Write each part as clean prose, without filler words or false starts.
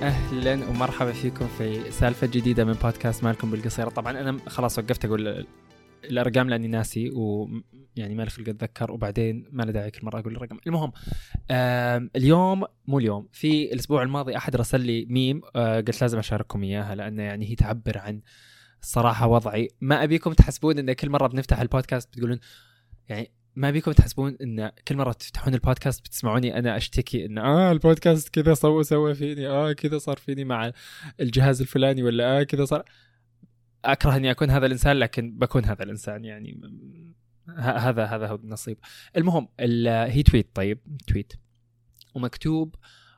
أهلا ومرحبا فيكم في سالفة جديدة من بودكاست مالكم بالقصيرة. طبعا أنا خلاص وقفت أقول الأرقام لأني ناسي ويعني ما لي أتذكر، وبعدين ما له داعي كل مرة أقول الرقم. المهم اليوم في الأسبوع الماضي أحد رسل لي ميم، قلت لازم أشارككم إياها لأن يعني هي تعبر عن الصراحة وضعي. ما أبيكم تحسبون إن كل مرة بنفتح البودكاست بتقولون يعني ما بيكم تحسبون ان كل مره تفتحون البودكاست بتسمعوني انا اشتكي ان البودكاست كذا سوى فيني، كذا صار فيني مع الجهاز الفلاني، ولا كذا صار. اكره اني اكون هذا الانسان، لكن بكون هذا الانسان يعني. هذا هو النصيب. المهم هي تويت ومكتوب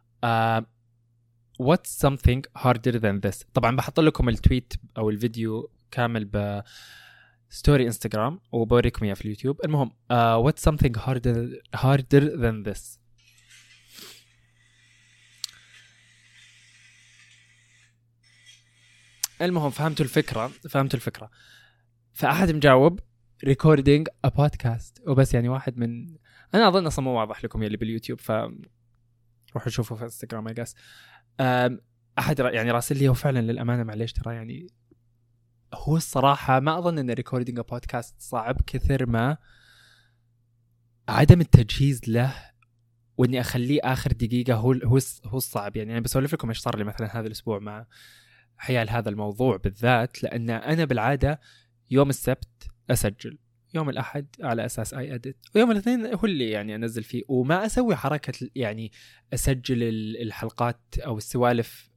what's something harder than this. طبعا بحط لكم التويت او الفيديو كامل ب ستوري انستغرام وبوريكم اياه في اليوتيوب. المهم what's something harder than this. المهم فهمتوا الفكرة. فأحد مجاوب recording a podcast وبس، يعني واحد من أنا أظن أصلا مو واضح لكم يلي باليوتيوب، روحوا شوفوا في انستغرام القاس. أحد يعني راسل لي، وفعلا للأمانة معليش ترى يعني هو الصراحة ما أظن أن ريكوردينج بودكاست صعب كثر ما عدم التجهيز له، وإني أخليه آخر دقيقة هو الصعب. يعني أنا بسولف لكم إيش صار لي مثلا هذا الأسبوع مع حيال هذا الموضوع بالذات، لأن أنا بالعادة يوم السبت أسجل، يوم الأحد على أساس أي أديت، ويوم الاثنين هو اللي يعني أنزل فيه، وما أسوي حركة يعني أسجل الحلقات أو السوالف.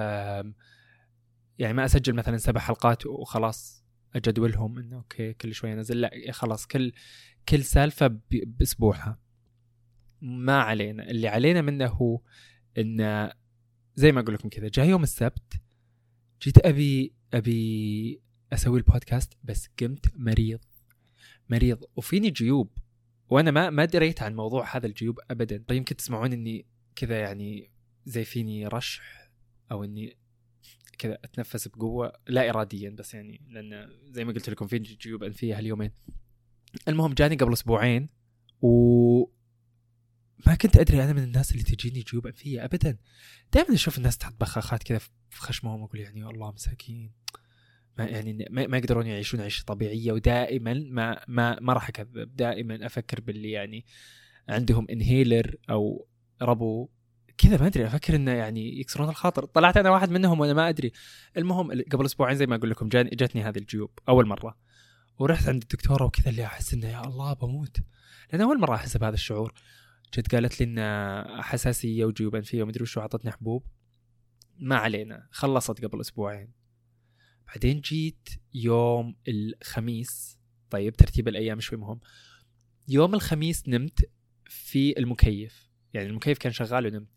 يعني ما أسجل مثلا 7 حلقات وخلاص أجدولهم إنه أوكي كل شوية أنزل، لا خلاص كل سالفة بأسبوعها. ما علينا، اللي علينا منه هو إن زي ما أقول لكم كذا، جاء يوم السبت جيت أبي أسوي البودكاست، بس قمت مريض وفيني جيوب، وأنا ما دريت عن موضوع هذا الجيوب أبدا. يمكن تسمعون إني كذا يعني زي فيني رشح، أو إني كذا أتنفس بقوة لا إراديا، بس يعني لأن زي ما قلت لكم في جيوب أنفية هاليومين. المهم جاني قبل أسبوعين وما كنت أدري أنا من الناس اللي تجيني جيوب أنفية أبدا. دائما أشوف الناس تحت بخاخات كذا في خشمهم وأقول يعني والله مساكين، ما يقدرون يعيشون عيشة طبيعية. ودائما ما راح أكذب، دائما أفكر باللي يعني عندهم إنهيلر أو ربو كذا، ما أدري، أفكر إنه يعني يكسرون الخاطر. طلعت أنا واحد منهم وأنا ما أدري. المهم قبل أسبوعين زي ما أقول لكم جاتني هذه الجيوب أول مرة، ورحت عند الدكتورة وكذا اللي أحس إنه يا الله بموت، لأن أول مرة أحس بهذا الشعور. جت قالت لي إن حساسية وجيوب أنفية ومدري وشو، عطتني حبوب. ما علينا، خلصت قبل أسبوعين. بعدين جيت يوم الخميس، طيب ترتيب الأيام شوي مهم. يوم الخميس نمت في المكيف، يعني المكيف كان شغال ونمت.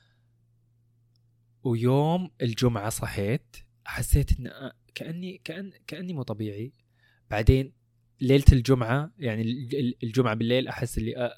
ويوم الجمعة صحيت حسيت إن كأني مو طبيعي. بعدين ليلة الجمعة، يعني الجمعة بالليل أحس اللي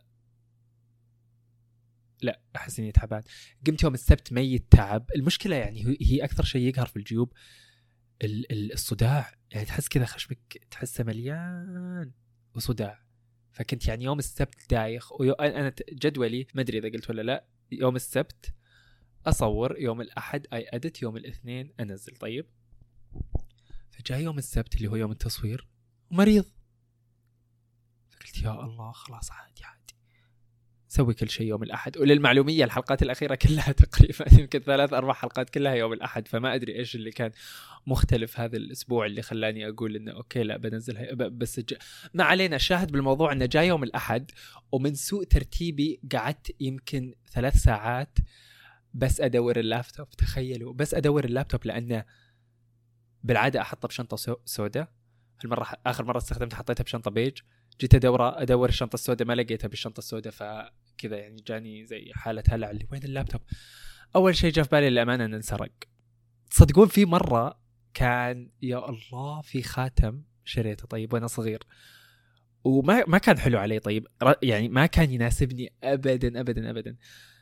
لا أحس إني تعبان. قمت يوم السبت ميت تعب. المشكلة يعني هي أكثر شيء يقهر في الجيوب الصداع، يعني تحس كذا خشمك تحسه مليان وصداع. فكنت يعني يوم السبت دايخ. أنا جدولي ما أدري إذا قلت ولا لا، يوم السبت أصور، يوم الأحد أي أدت، يوم الاثنين أنزل. طيب فجاء يوم السبت اللي هو يوم التصوير ومريض. فقلت يا الله خلاص عادي سوي كل شيء يوم الأحد. وللمعلومية الحلقات الأخيرة كلها تقريبا يمكن 3-4 حلقات كلها يوم الأحد، فما أدري إيش اللي كان مختلف هذا الأسبوع اللي خلاني أقول إنه أوكي لا بنزلها. بس ما علينا. الشاهد بالموضوع إنه جاء يوم الأحد، ومن سوء ترتيبي قعدت يمكن 3 ساعات بس أدور اللابتوب. تخيلوا، بس أدور اللابتوب، لأنه بالعادة أحطه بشنطة سوداء. آخر مرة استخدمتها حطيتها بشنطة بيج. جيت أدور الشنطة السوداء، ما لقيتها بالشنطة السوداء. فكذا يعني جاني زي حالة هلع اللي وين اللابتوب. أول شيء جاء في بالي الأمانة أن انسرق. تصدقون في مرة كان يا الله في خاتم شريته طيب وأنا صغير، وما كان حلو علي. طيب يعني ما كان يناسبني أبدا.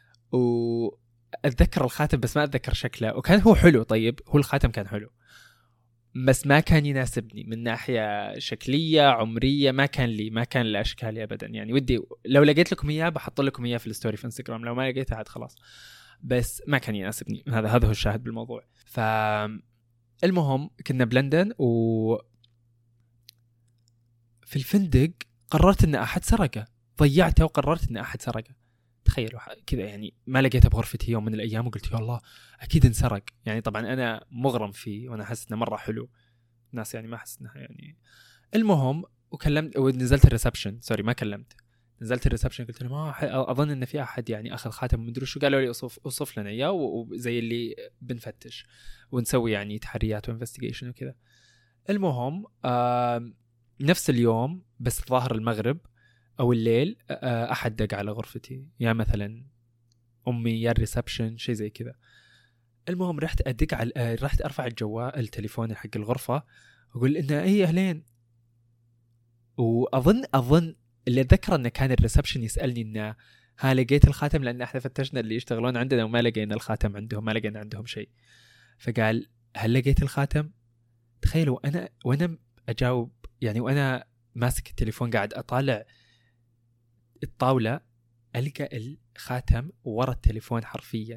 وأتذكر الخاتم بس ما أتذكر شكله، وكان هو حلو. طيب هو الخاتم كان حلو بس ما كان يناسبني من ناحية شكلية عمرية. ما كان لأشكالي أبدا. يعني ودي لو لقيت لكم إياه بحط لكم إياه في الستوري في انستغرام، لو ما لقيته عاد خلاص. بس ما كان يناسبني. هذا هو الشاهد بالموضوع. فالمهم كنا بلندن، و في الفندق قررت ان احد سرقه، ضيعته وقررت ان احد سرقه. تخيلوا كذا يعني، ما لقيته بغرفتي يوم من الايام وقلت يا الله اكيد انسرق. يعني طبعا انا مغرم فيه وانا حاسس انه مره حلو، الناس يعني ما حاسس انها يعني. المهم وكلمت ونزلت الريسبشن، سوري ما كلمت، نزلت الريسبشن قلت لهم اظن ان في احد يعني اخذ خاتم مدري شو. قالوا لي اوصف لنا اياه وزي اللي بنفتش ونسوي يعني تحريات وانفستيجيشن وكذا. المهم نفس اليوم بس ظاهر المغرب او الليل احد دق على غرفتي، يا مثلا امي يا الريسبشن شيء زي كذا. المهم رحت ادق على رحت ارفع الجوال التليفون حق الغرفه اقول انه اي اهلين، واظن اللي اتذكر انه كان الريسبشن يسالني انه ها لقيت الخاتم، لان احنا فتشنا اللي يشتغلون عندنا وما لقينا الخاتم عندهم، ما لقينا عندهم شيء. فقال هل لقيت الخاتم؟ تخيلوا وانا اجاوب يعني، وانا ماسك التليفون قاعد اطالع الطاوله القى الخاتم ورا التليفون حرفيا،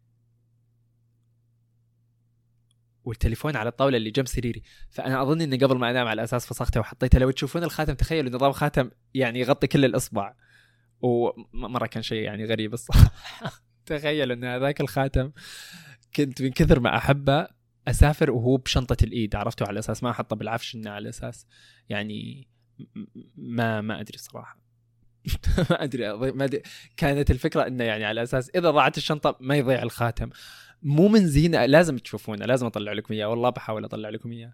والتليفون على الطاوله اللي جنب سريري. فانا اظن اني قبل ما انام على اساس فسخته وحطيته. لو تشوفون الخاتم تخيلوا نظام خاتم يعني يغطي كل الاصبع، ومره كان شيء يعني غريب الصراحه. تخيل ان هذاك الخاتم كنت من كثر ما احبه اسافر وهو بشنطه الايد، عرفتوا، على اساس ما احطه بالعفش، انه على اساس يعني ما ادري صراحه. ما ادري كانت الفكره انه يعني على اساس اذا ضاعت الشنطه ما يضيع الخاتم. مو من زينه، لازم تشوفونه، لازم اطلع لكم اياه، والله بحاول اطلع لكم اياه.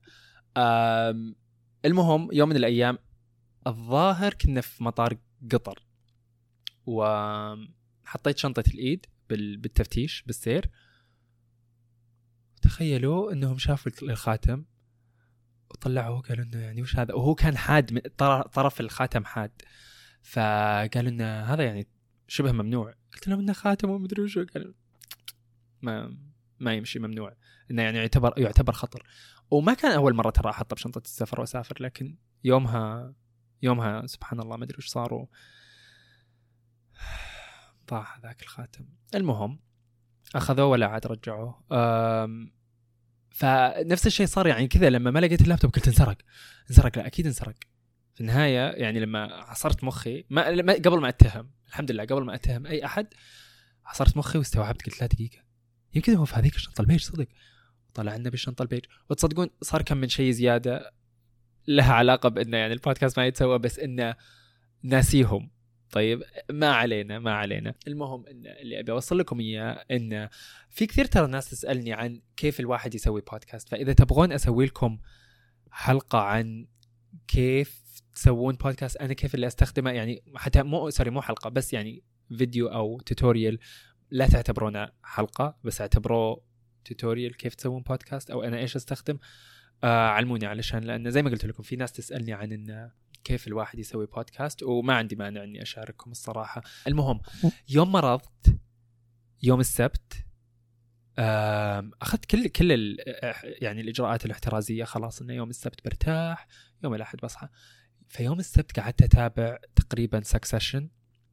المهم يوم من الايام الظاهر كنا في مطار قطر، وحطيت شنطه الايد بالتفتيش بالسير. تخيلوا انهم شافوا الخاتم وطلعوه، قالوا انه يعني وش هذا، وهو كان حاد، طرف الخاتم حاد. فقالوا انه هذا يعني شبه ممنوع. قلت لهم انه خاتم ومدري وشو. قالوا ما يمشي، ممنوع، انه يعني يعتبر خطر. وما كان اول مره ترى احطه بشنطه السفر واسافر، لكن يومها سبحان الله ما ادري وش صاروا، ضاع ذاك الخاتم. المهم اخذوه ولا عاد رجعوه. فنفس الشيء صار يعني كذا، لما ما لقيت اللابتوب قلت انسرق، لا اكيد انسرق. في النهايه يعني لما عصرت مخي قبل ما اتهم، الحمد لله قبل ما اتهم اي احد، عصرت مخي واستوعبت، قلت لا دقيقه يمكن هو في هذيك الشنطه البيج صدق. طلع لنا بالشنطه البيج، وتصدقون صار كم من شيء زياده لها علاقه بانه يعني البودكاست ما يتسوى، بس انه ناسيهم. طيب ما علينا. المهم ان اللي ابي اوصل لكم اياه ان في كثير ترى ناس تسالني عن كيف الواحد يسوي بودكاست. فاذا تبغون اسوي لكم حلقه عن كيف تسوون بودكاست، انا كيف اللي استخدمه، يعني حتى مو حلقه بس، يعني فيديو او توتوريال، لا تعتبرونه حلقه بس اعتبروه توتوريال كيف تسوون بودكاست او انا ايش استخدم. علموني، علشان لان زي ما قلت لكم في ناس تسالني عن ان كيف الواحد يسوي بودكاست، وما عندي مانع اني اشارككم الصراحه. المهم يوم مرضت يوم السبت، اخذت كل يعني الاجراءات الاحترازيه، خلاص انه يوم السبت برتاح، يوم الاحد بصحى. فيوم السبت قعدت اتابع تقريبا سكسيشن،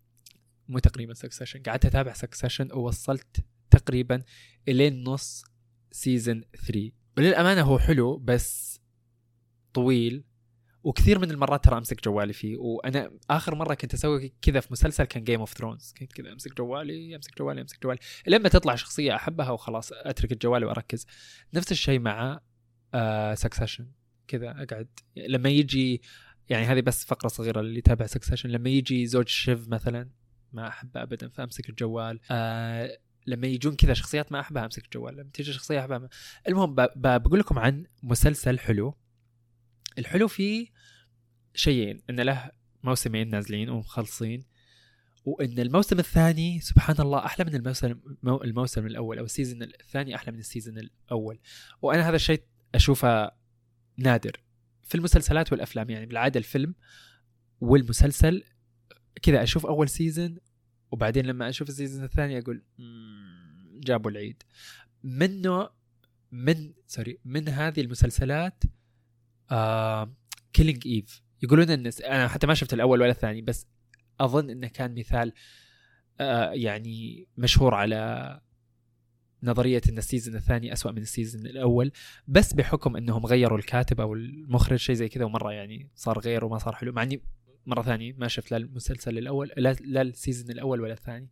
قعدت اتابع سكسيشن ووصلت تقريبا الين نص سيزن 3. وللامانه هو حلو بس طويل، وكثير من المرات ترى امسك جوالي فيه. وانا اخر مره كنت اسوي كذا في مسلسل كان جيم اوف ثرونز، كنت كذا امسك جوالي لما تطلع شخصيه احبها وخلاص اترك الجوال واركز. نفس الشيء مع سكسيشن، كذا اقعد لما يجي، يعني هذه بس فقره صغيره اللي يتابع سكسيشن، لما يجي زوج شيف مثلا ما احبه ابدا فامسك الجوال. لما يجون كذا شخصيات ما احبها امسك الجوال، لما تيجي شخصيه احبها المهم بقول لكم عن مسلسل حلو. الحلو فيه شيئين، ان له موسمين نازلين ومخلصين، وان الموسم الثاني سبحان الله احلى من الموسم الاول، او السيزون الثاني احلى من السيزون الاول. وانا هذا الشيء اشوفه نادر في المسلسلات والافلام. يعني بالعاده الفيلم والمسلسل كذا اشوف اول سيزون وبعدين لما اشوف السيزون الثاني اقول جابوا العيد. من هذه المسلسلات كيلينج إيف، يقولون أن أنا حتى ما شفت الأول ولا الثاني، بس أظن أنه كان مثال يعني مشهور على نظرية ان السيزن الثاني أسوأ من السيزن الاول، بس بحكم انهم غيروا الكاتب او المخرج شيء زي كذا، ومرة يعني صار غير وما صار حلو، مع اني مرة ثانية ما شفت لا المسلسل الاول لا السيزن الاول ولا الثاني،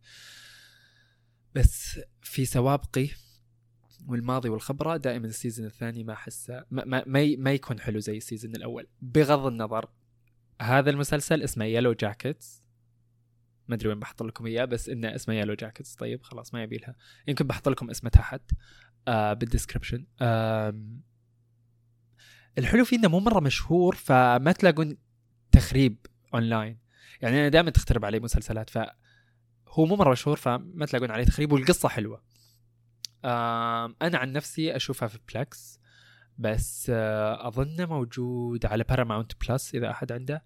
بس في سوابقي والماضي والخبرة دائما السيزن الثاني ما أحسه ما يكون حلو زي السيزن الأول. بغض النظر هذا المسلسل اسمه يلو جاكيتس، ما أدري وين بحط لكم إياه، بس إنه اسمه يلو جاكيتس. طيب خلاص ما يبيلها، يمكن بحط لكم اسمه تحت بالديسكريبشن. الحلو فيه إنه مو مرة مشهور، فما تلاقون تخريب أونلاين. يعني أنا دائما تخترب عليه مسلسلات، فهو مو مرة مشهور فما تلاقون عليه تخريب، والقصة حلوة. أنا عن نفسي أشوفها في بلاكس، بس أظن موجود على باراماونت بلس إذا أحد عنده.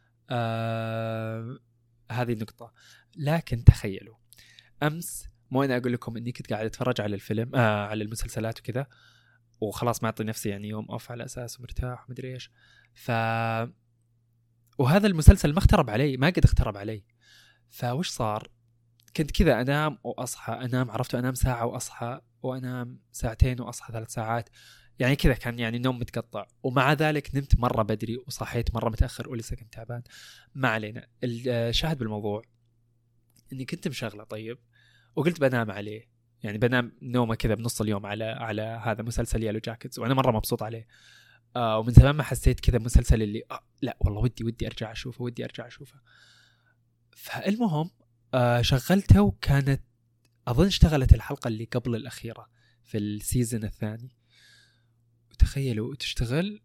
هذه النقطة. لكن تخيلوا أمس، مو أنا أقول لكم إني كنت قاعد أتفرج على الفيلم على المسلسلات وكذا، وخلاص ما أعطي نفسي يعني يوم أوف على أساس مرتاح ومدري إيش. وهذا المسلسل ما اخترب علي، ما قد اخترب علي. فوش صار؟ كنت كذا أنام وأصحى، أنام، عرفت، أنام ساعة وأصحى، وأنام ساعتين وأصحى 3 ساعات، يعني كذا كان يعني نوم متقطع. ومع ذلك نمت مرة بدري وصحيت مرة متأخر ولسه كنت تعبان. ما علينا. الشاهد بالموضوع إني كنت مشغلة طيب، وقلت بنام عليه، يعني بنام نومة كذا بنص اليوم على هذا مسلسل يالو جاكيتس، وأنا مرة مبسوط عليه. ومن زمان ما حسيت كذا مسلسل اللي لا والله ودي أرجع أشوفه. فالمهم شغلته، وكانت أظن اشتغلت الحلقة اللي قبل الأخيرة في السيزن الثاني. وتخيلوا تشتغل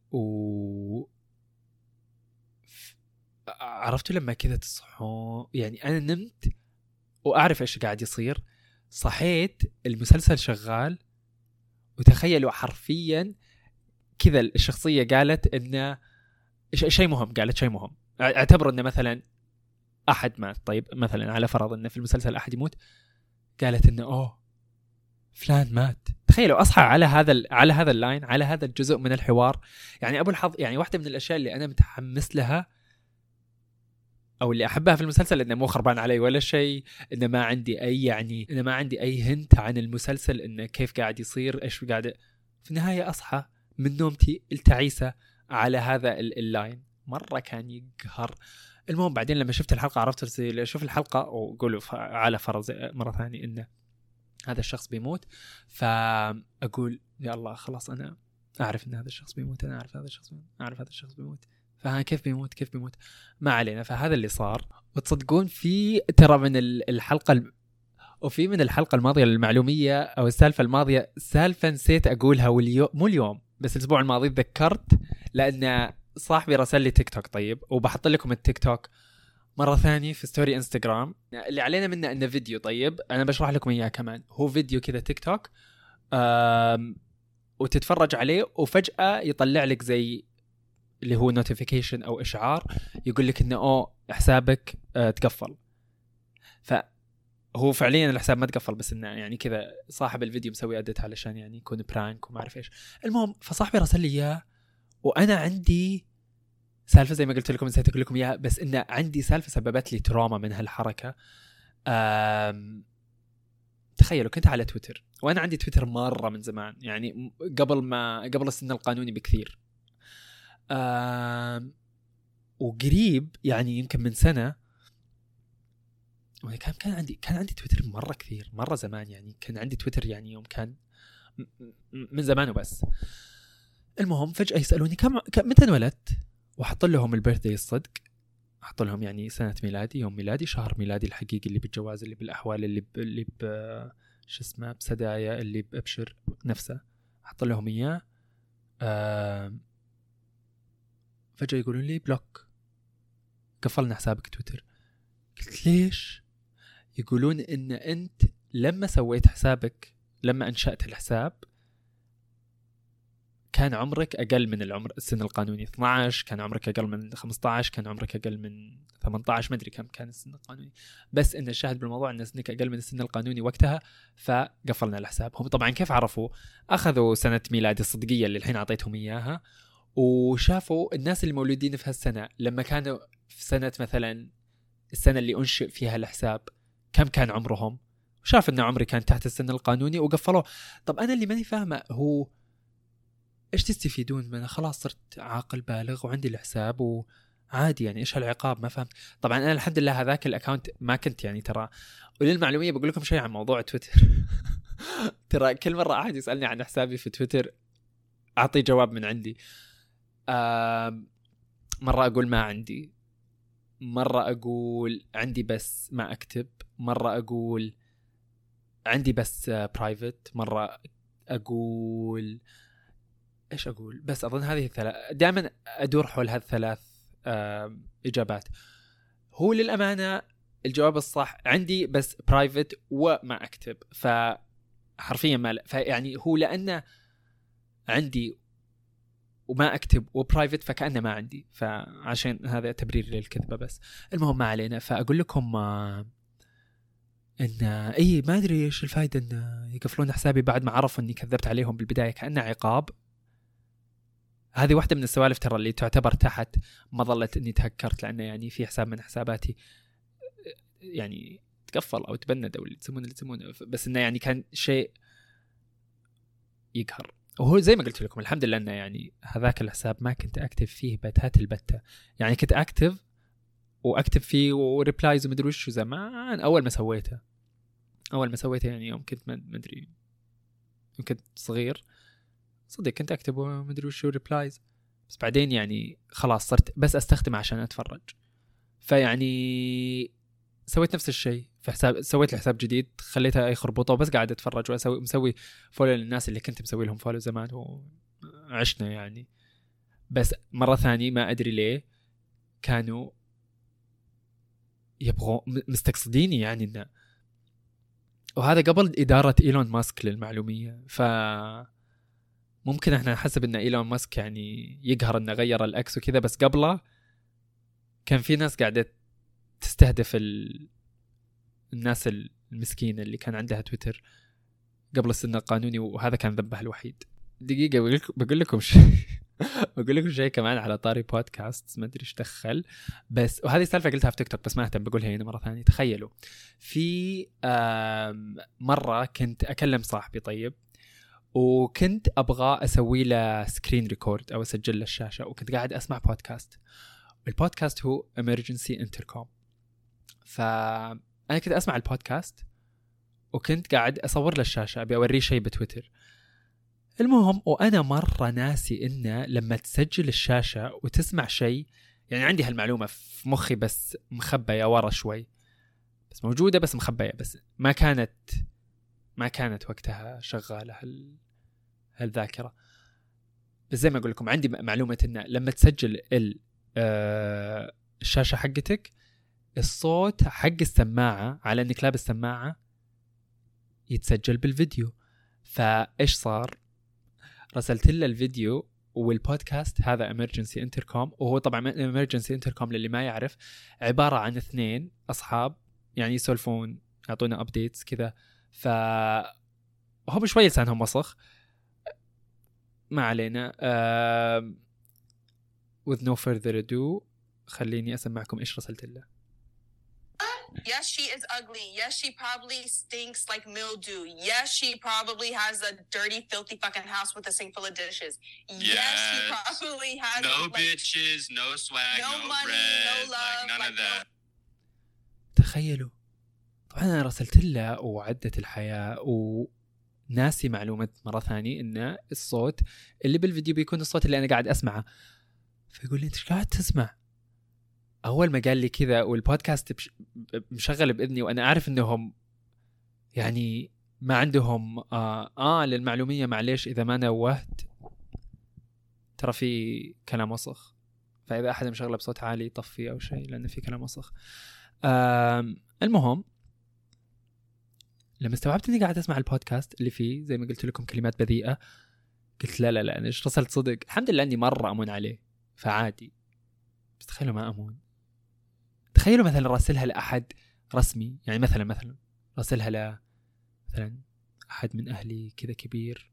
عرفتوا لما كذا تصحوا، يعني أنا نمت وأعرف إيش قاعد يصير، صحيت المسلسل شغال. وتخيلوا حرفيا كذا الشخصية قالت إنه شيء مهم، قالت شيء مهم، اعتبروا إنه مثلا أحد مات. طيب مثلا على فرض إنه في المسلسل أحد يموت، قالت إنه فلان مات. تخيلوا أصحى على هذا اللاين، على هذا الجزء من الحوار. يعني أبو الحظ، يعني واحدة من الأشياء اللي أنا متحمس لها أو اللي أحبها في المسلسل إنه مو خربان علي ولا شيء، إنه ما عندي أي هنت عن المسلسل إنه كيف قاعد يصير، إيش قاعد. في النهاية أصحى من نومتي التعيسة على هذا اللاين، مرة كان يقهر. المهم بعدين لما شفت الحلقة عرفت أشوف الحلقة وقولوا على فرض مرة ثانية إنه هذا الشخص بيموت، فأقول يا الله خلاص أنا أعرف إن هذا الشخص بيموت، أنا أعرف هذا الشخص بيموت، كيف بيموت. ما علينا. فهذا اللي صار. وتصدقون في ترى من الحلقة وفي من الحلقة الماضية المعلومية أو السالفة الماضية، سالفة نسيت أقولها، مو اليوم بس الأسبوع الماضي تذكرت، لأن صاحبي رسل لي تيك توك. طيب وبحط لكم التيك توك مرة ثانية في ستوري انستغرام، اللي علينا منه انه فيديو. طيب انا بشرح لكم اياه كمان. هو فيديو كذا تيك توك، وتتفرج عليه وفجأة يطلع لك زي اللي هو نوتيفيكيشن او اشعار يقول لك انه حسابك تقفل. فهو فعليا الحساب ما تقفل، بس انه يعني كذا صاحب الفيديو مسوي اديت علشان يعني يكون برانك وما اعرف ايش. المهم فصاحبي رسل لي اياه، وانا عندي سالفة زي ما قلت لكم، نسيت أقول لكم إياها، بس إن عندي سالفة سببت لي تروما من هالحركة. تخيلوا كنت على تويتر، وأنا عندي تويتر مرة من زمان، يعني قبل السن القانوني بكثير. وقريب يعني يمكن من سنة، كان عندي تويتر مرة كثير، مرة زمان. يعني كان عندي تويتر يعني يوم كان من زمان وبس. المهم فجأة يسألوني متى انولدت، وحط لهم البيرثدي الصدق، حط لهم يعني سنة ميلادي، يوم ميلادي، شهر ميلادي الحقيقي، اللي بالجواز، اللي بالأحوال، اللي شو اسمه بسدايا، اللي بأبشر نفسه، حط لهم إياه. فجأة يقولون لي بلوك، قفلنا حسابك تويتر. قلت ليش؟ يقولون إن أنت لما سويت حسابك، لما أنشأت الحساب، كان عمرك أقل من السن القانوني 12، كان عمرك أقل من 15، كان عمرك أقل من 18، ما أدري كم كان السن القانوني، بس إن الشاهد بالموضوع إن سنك أقل من السن القانوني وقتها، فقفلنا الحساب. هم طبعا كيف عرفوا؟ أخذوا سنة ميلادي الصدقية اللي الحين أعطيتهم إياها، وشافوا الناس اللي مولودين في هالسنة لما كانوا في سنة مثلا السنة اللي أنشئ فيها الحساب كم كان عمرهم، وشاف ان عمري كان تحت السن القانوني وقفلوه. طب انا اللي ماني فاهمه هو ايش تستفيدون من؟ خلاص صرت عاقل بالغ وعندي الحساب وعادي، يعني ايش هالعقاب؟ ما فهمت. طبعا انا الحمد لله هذاك الاكونت ما كنت يعني ترى. وللمعلوميه بقول لكم شيء عن موضوع تويتر. ترى كل مره احد يسالني عن حسابي في تويتر اعطي جواب من عندي. مره اقول ما عندي، مره اقول عندي بس ما اكتب، مره اقول عندي بس برايفت، مره اقول ايش اقول. بس اظن هذه الثلاث دائما ادور حول هذه الثلاث اجابات. هو للامانه الجواب الصح عندي بس برايفت وما اكتب، فحرفيا ما فيعني هو لانه عندي وما اكتب وبرايفت فكأنه ما عندي، فعشان هذا تبرير للكذبه. بس المهم ما علينا. فاقول لكم ان اي ما ادري ايش الفائده ان يقفلون حسابي بعد ما عرفوا اني كذبت عليهم بالبدايه كأنه عقاب. هذه واحدة من السوالف ترى اللي تعتبر تحت مظلة اني تهكرت، لانه يعني في حساب من حساباتي يعني تقفل او تبند او اللي تسمونه، بس انه يعني كان شيء يقهر. وهو زي ما قلت لكم الحمد لله انه يعني هذاك الحساب ما كنت اكتب فيه بتات البتة، يعني كنت اكتب فيه وريبلايز ومدري وش زمان اول ما سويته يعني يوم كنت ما ادري يمكن صغير صدق كنت اكتب ومدري وش ريبلايز، بس بعدين يعني خلاص صرت بس استخدم عشان اتفرج. فيعني سويت نفس الشيء في حساب، سويت الحساب جديد خليته اي خربوطه وبس قاعد اتفرج مسوي فولو للناس اللي كنت مسوي لهم فولو زمان وعشنا يعني. بس مره ثانيه ما ادري ليه كانوا يبغوا مستقصديني يعني إنه، وهذا قبل إدارة إيلون ماسك للمعلومية. ممكن احنا نحسب ان ايلون ماسك يعني يقهر انه غير الاكس وكذا، بس قبله كان في ناس قاعده تستهدف الناس المسكينه اللي كان عندها تويتر قبل السن القانوني، وهذا كان ذنبها الوحيد. دقيقه بقول لكم شيء. بقول لكم شيء كمان على طاري بودكاست ما ادري ايش دخل، بس وهذه السالفه قلتها في تيك توك بس ما اهتم بقولها هنا مره ثانيه. تخيلوا في مره كنت اكلم صاحبي طيب، وكنت أبغى أسوي له سكرين ريكورد أو أسجل له الشاشة، وكنت قاعد أسمع بودكاست. البودكاست هو Emergency Intercom. فأنا كنت أسمع البودكاست وكنت قاعد أصور له الشاشة أبي أوريه شيء بتويتر. المهم وأنا مرة ناسي إنه لما تسجل الشاشة وتسمع شيء، يعني عندي هالمعلومة في مخي بس مخبية ورا شوي، بس موجودة بس مخبية، بس ما كانت وقتها شغالة هالذاكرة. بس زي ما أقول لكم عندي معلومة إن لما تسجل الشاشة حقتك الصوت حق السماعة على إنك لابس سماعة يتسجل بالفيديو. فإيش صار؟ رسلت له الفيديو والبودكاست هذا Emergency Intercom، وهو طبعا Emergency Intercom للي ما يعرف عبارة عن 2 أصحاب يعني يسولفون يعطونا أبديتس كذا، فهم شوي لسانهم وسخ ما علينا. with no further ado خليني أسمعكم إيش رسلت له. Yes, she is ugly. Yes, she probably stinks like mildew. Yes, she probably has a dirty, filthy fucking house with a sink full of dishes. Yes, she probably has no bitches, no swag, no money, bread, no love, like none of that. تخيلوا طبعا أنا رسلت له وعدت الحياة وناسي معلومة مرة ثانية إن الصوت اللي بالفيديو بيكون الصوت اللي أنا قاعد أسمعه. فيقول لي أنت قاعد تسمع؟ أول ما قال لي كذا والبودكاست مشغل بإذني وأنا أعرف إنهم يعني ما عندهم للمعلومية معليش إذا ما نوهت ترى في كلام وسخ، فإذا أحد مشغله بصوت عالي يطفي أو شيء لأنه في كلام وسخ. المهم لما استوعبت إني قاعد أسمع البودكاست اللي فيه زي ما قلت لكم كلمات بذيئة، قلت لا أنا إيش رسلت صدق. الحمد لله إني مرة أمون عليه فعادي، بس تخيلوا ما أمون. تخيلوا مثلا راسلها لأحد رسمي، يعني مثلا راسلها مثلا أحد من أهلي كذا كبير.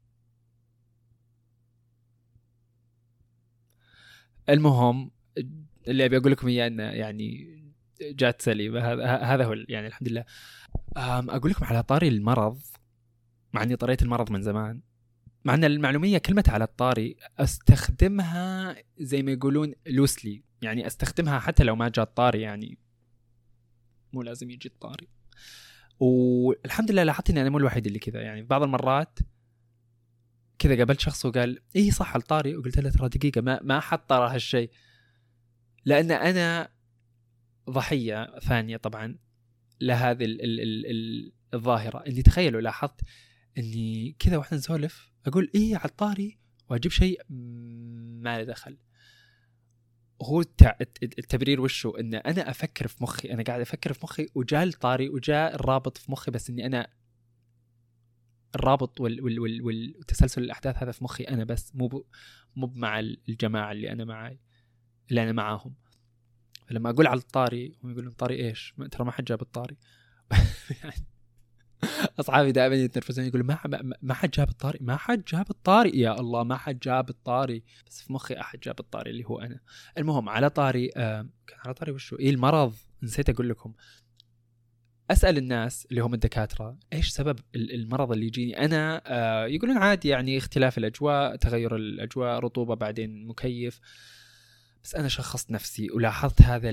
المهم اللي أبي أقول لكم إياه أنه يعني جات سليمة، هذا هو يعني الحمد لله. أقول لكم على طاري المرض، مع أني طريت المرض من زمان، مع أن المعلومية كلمة على الطاري أستخدمها زي ما يقولون لوسلي، يعني أستخدمها حتى لو ما جاء الطاري، يعني مو لازم يجي الطاري. والحمد لله لاحظت إني أنا مو الوحيد اللي كذا، يعني بعض المرات كذا قابلت شخص وقال إيه صح الطاري، وقلت له ترى دقيقة ما حط ترى هالشيء، لأن أنا ضحية ثانية طبعا لهذه الظاهرة. إني تخيلوا لاحظت إني كذا وإحنا نسولف أقول إيه على الطاري وأجيب شيء ما له دخل. هو التبرير وشو؟ إن أنا أفكر في مخي، أنا قاعد أفكر في مخي وجاء الطاري وجاء الرابط في مخي، بس إني أنا الرابط والتسلسل الأحداث هذا في مخي أنا بس، مو مع الجماعة اللي أنا معاي، اللي أنا معاهم. لما أقول على الطاري هم يقولون طاري إيش؟ ترى ما حد جاب الطاري. يعني أصحابي دائما يتنرفزون يقولون ما حد جاب الطاري، ما حد جاب الطاري، يا الله ما حد جاب الطاري، بس في مخي أحد جاب الطاري اللي هو أنا. المهم على طاري كان على طاري وشو؟ إيه المرض؟ نسيت أقول لكم. أسأل الناس اللي هم الدكاترة إيش سبب المرض اللي يجيني أنا. يقولون عادي، يعني اختلاف الأجواء، تغير الأجواء، رطوبة بعدين مكيف. بس أنا شخصت نفسي ولاحظت هذا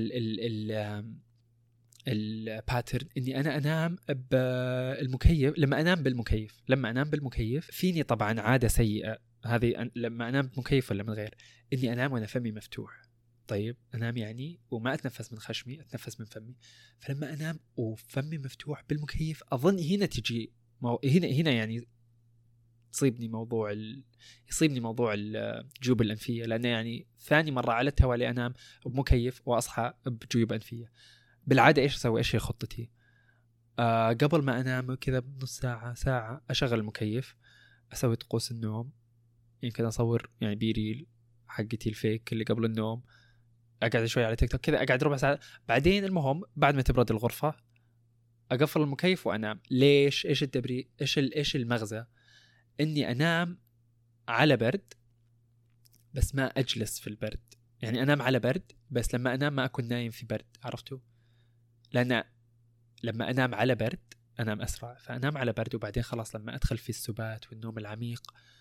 الباترن، إني أنا أنام بالمكيف. لما أنام بالمكيف فيني طبعا عادة سيئة هذه، لما أنام بمكيف ولا من غير، إني أنام وأنا فمي مفتوح. طيب أنام يعني وما أتنفس من خشمي، أتنفس من فمي. فلما أنام وفمي مفتوح بالمكيف أظن هنا تجي هنا يعني يصيبني موضوع الجيوب الأنفية، لأنه يعني ثاني مرة على التوالي أنام بمكيف وأصحى بجيوب أنفية. بالعادة إيش أسوي؟ إيش هي خطتي؟ قبل ما أنام كذا بنص ساعة أشغل المكيف، أسوي طقوس النوم، يمكن أصور يعني بيريل حقتي الفيك اللي قبل النوم، أقعد شوي على تيك توك كذا، أقعد ربع ساعة. بعدين المهم بعد ما تبرد الغرفة أقفل المكيف وأنام. ليش؟ إيش التبرير؟ إيش المغزى؟ إني أنام على برد بس ما أجلس في البرد، يعني أنام على برد بس لما أنام ما أكون نايم في برد، عرفتوا؟ لأن لما أنام على برد أنام أسرع، فأنام على برد وبعدين خلاص لما أدخل في السبات والنوم العميق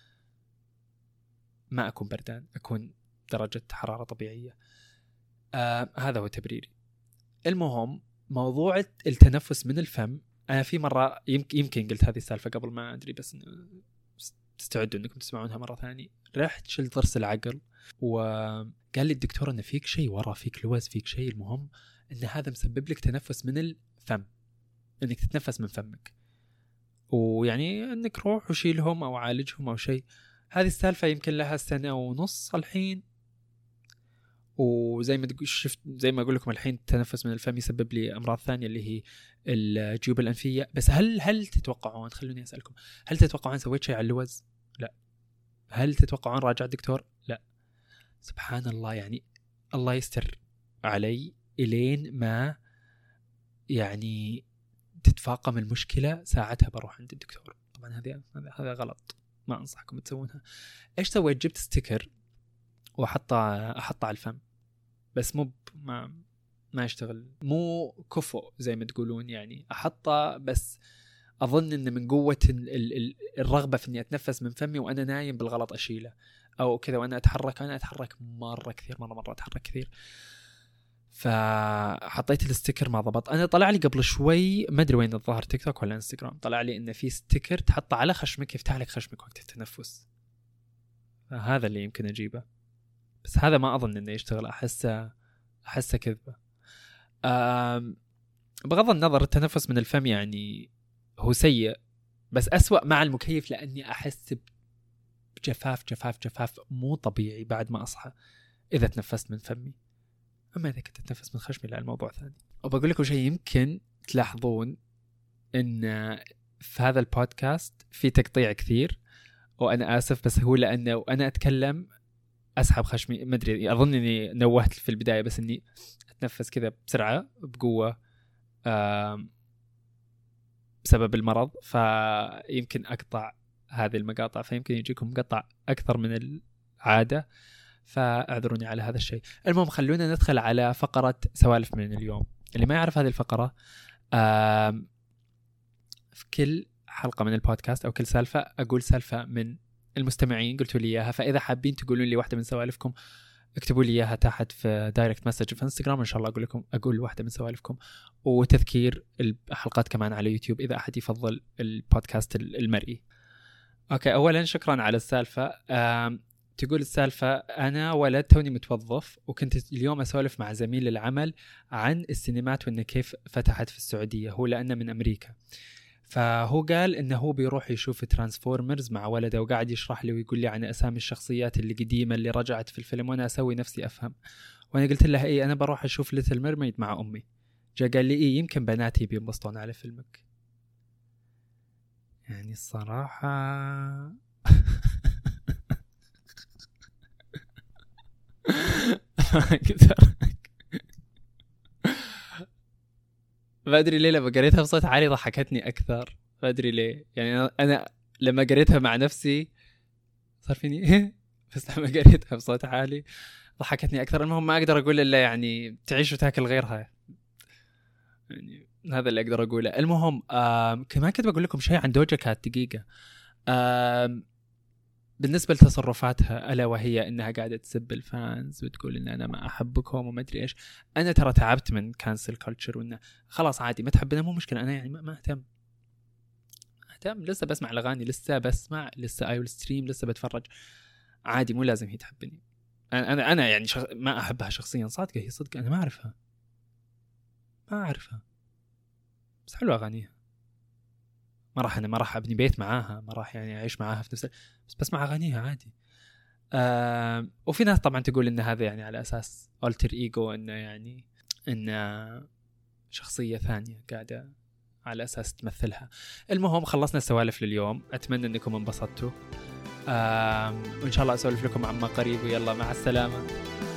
ما أكون بردان، أكون درجة حرارة طبيعية. هذا هو تبريري. المهم موضوع التنفس من الفم، أنا في مرة يمكن قلت هذه السالفة قبل ما أدري، بس تستعدوا أنكم تسمعونها مرة ثانية. رحت شلت ضرس العقل وقال لي الدكتور أن فيك شيء ورا، فيك لوز، فيك شيء. المهم أن هذا مسبب لك تنفس من الفم، أنك تتنفس من فمك، ويعني أنك روح وشيلهم أو عالجهم أو شيء. هذه السالفة يمكن لها 1.5 سنة الحين، وزي ما شفت زي ما أقول لكم الحين التنفس من الفم يسبب لي أمراض ثانية اللي هي الجيوب الأنفية. بس هل تتوقعون، خلوني أسألكم، هل تتوقعون سويت شيء على اللوز؟ لا. هل تتوقعون راجع الدكتور؟ لا. سبحان الله، يعني الله يستر علي إلين ما يعني تتفاقم المشكلة، ساعتها بروح عند الدكتور. طبعا هذا غلط، ما أنصحكم تسوونها. إيش سويت؟ جبت ستيكر وأحطه على الفم، بس ما يشتغل، مو كفو زي ما تقولون، يعني أحطه بس أظن إن من قوة الرغبة في إني أتنفس من فمي وأنا نايم بالغلط أشيله، أو كذا وأنا أتحرك مرة كثير، مرة أتحرك كثير، فحطيت الستيكر ما ضبط. أنا طلع لي قبل شوي ما أدري وين الظاهر، تيك توك ولا انستغرام، طلع لي إن في ستيكر تحطه على خشمك يفتح لك خشمك وقت التنفس، فهذا اللي يمكن أجيبه، بس هذا ما أظن إنه يشتغل، أحسه كذبة. بغض النظر التنفس من الفم يعني هو سيء، بس أسوأ مع المكيف، لأني أحس بجفاف مو طبيعي بعد ما أصحى إذا تنفست من فمي. أما إذا كنت أتنفس من خشمي لا، الموضوع ثاني. وبقول لكم شيء يمكن تلاحظون إن في هذا البودكاست في تقطيع كثير، وأنا آسف، بس هو لأنه أنا أتكلم أسحب خشمي، ما أدري، أظن إني نوهت في البداية، بس إني أتنفس كذا بسرعة بقوة بسبب المرض، فيمكن أقطع هذه المقاطع، فيمكن يجيكم مقطع أكثر من العادة، فاعذروني على هذا الشيء. المهم خلونا ندخل على فقرة سوالف من اليوم. اللي ما يعرف هذه الفقرة، في كل حلقة من البودكاست أو كل سالفة أقول سالفة من المستمعين قلتوا لي إياها. فإذا حابين تقولون لي واحدة من سوالفكم اكتبوا لي إياها تحت في دايركت مسج في انستغرام، إن شاء الله أقول واحدة من سوالفكم. وتذكير الحلقات كمان على يوتيوب إذا أحد يفضل البودكاست المرئي. أوكي، أولا شكرا على السالفة. تقول السالفة: أنا ولد توني متوظف وكنت اليوم أسولف مع زميل العمل عن السينمات وإنه كيف فتحت في السعودية، هو لأنه من أمريكا. فهو قال إنه هو بيروح يشوف ترانسفورمرز مع ولده وقاعد يشرح لي ويقول لي عن أسامي الشخصيات اللي قديمة اللي رجعت في الفيلم، وأنا أسوي نفسي أفهم. وأنا قلت له إيه أنا بروح أشوف ليتل ميرميد مع أمي. جاء قال لي إيه يمكن بناتي بينبسطون على فيلمك. يعني الصراحة ما أدري ليه لما قريتها بصوت عالي ضحكتني أكثر. ما أدري ليه، يعني أنا لما قريتها مع نفسي صار فيني بس لما قريتها بصوت عالي ضحكتني أكثر. المهم ما أقدر أقول إلا يعني تعيش وتاكل غيرها، يعني هذا اللي أقدر أقوله. المهم كمان كنت بقول لكم شيء عن دوجا كات دقيقة. بالنسبة لتصرفاتها ألا وهي إنها قاعدة تسب الفانز وتقول إن أنا ما أحبكم وما أدري إيش. أنا ترى تعبت من كانسل كولتشر، وإنه خلاص عادي ما تحبنا مو مشكلة. أنا يعني ما أهتم لسه بسمع الأغاني، لسه I will stream، لسه بتفرج عادي، مو لازم هي تحبني. أنا يعني ما أحبها شخصيا، صادقة هي صدق أنا ما أعرفها بس حلوة أغانيها. ما راح أبني بيت معاها، ما راح يعني أعيش معاها في نفس، بس بسمع أغانيها عادي. وفي ناس طبعا تقول إن هذا يعني على أساس alter ego، إنه يعني إن شخصية ثانية قاعدة على أساس تمثلها. المهم خلصنا السوالف لليوم، أتمنى أنكم انبسطتوا، وإن شاء الله أسولف لكم عما قريب، ويلا مع السلامة.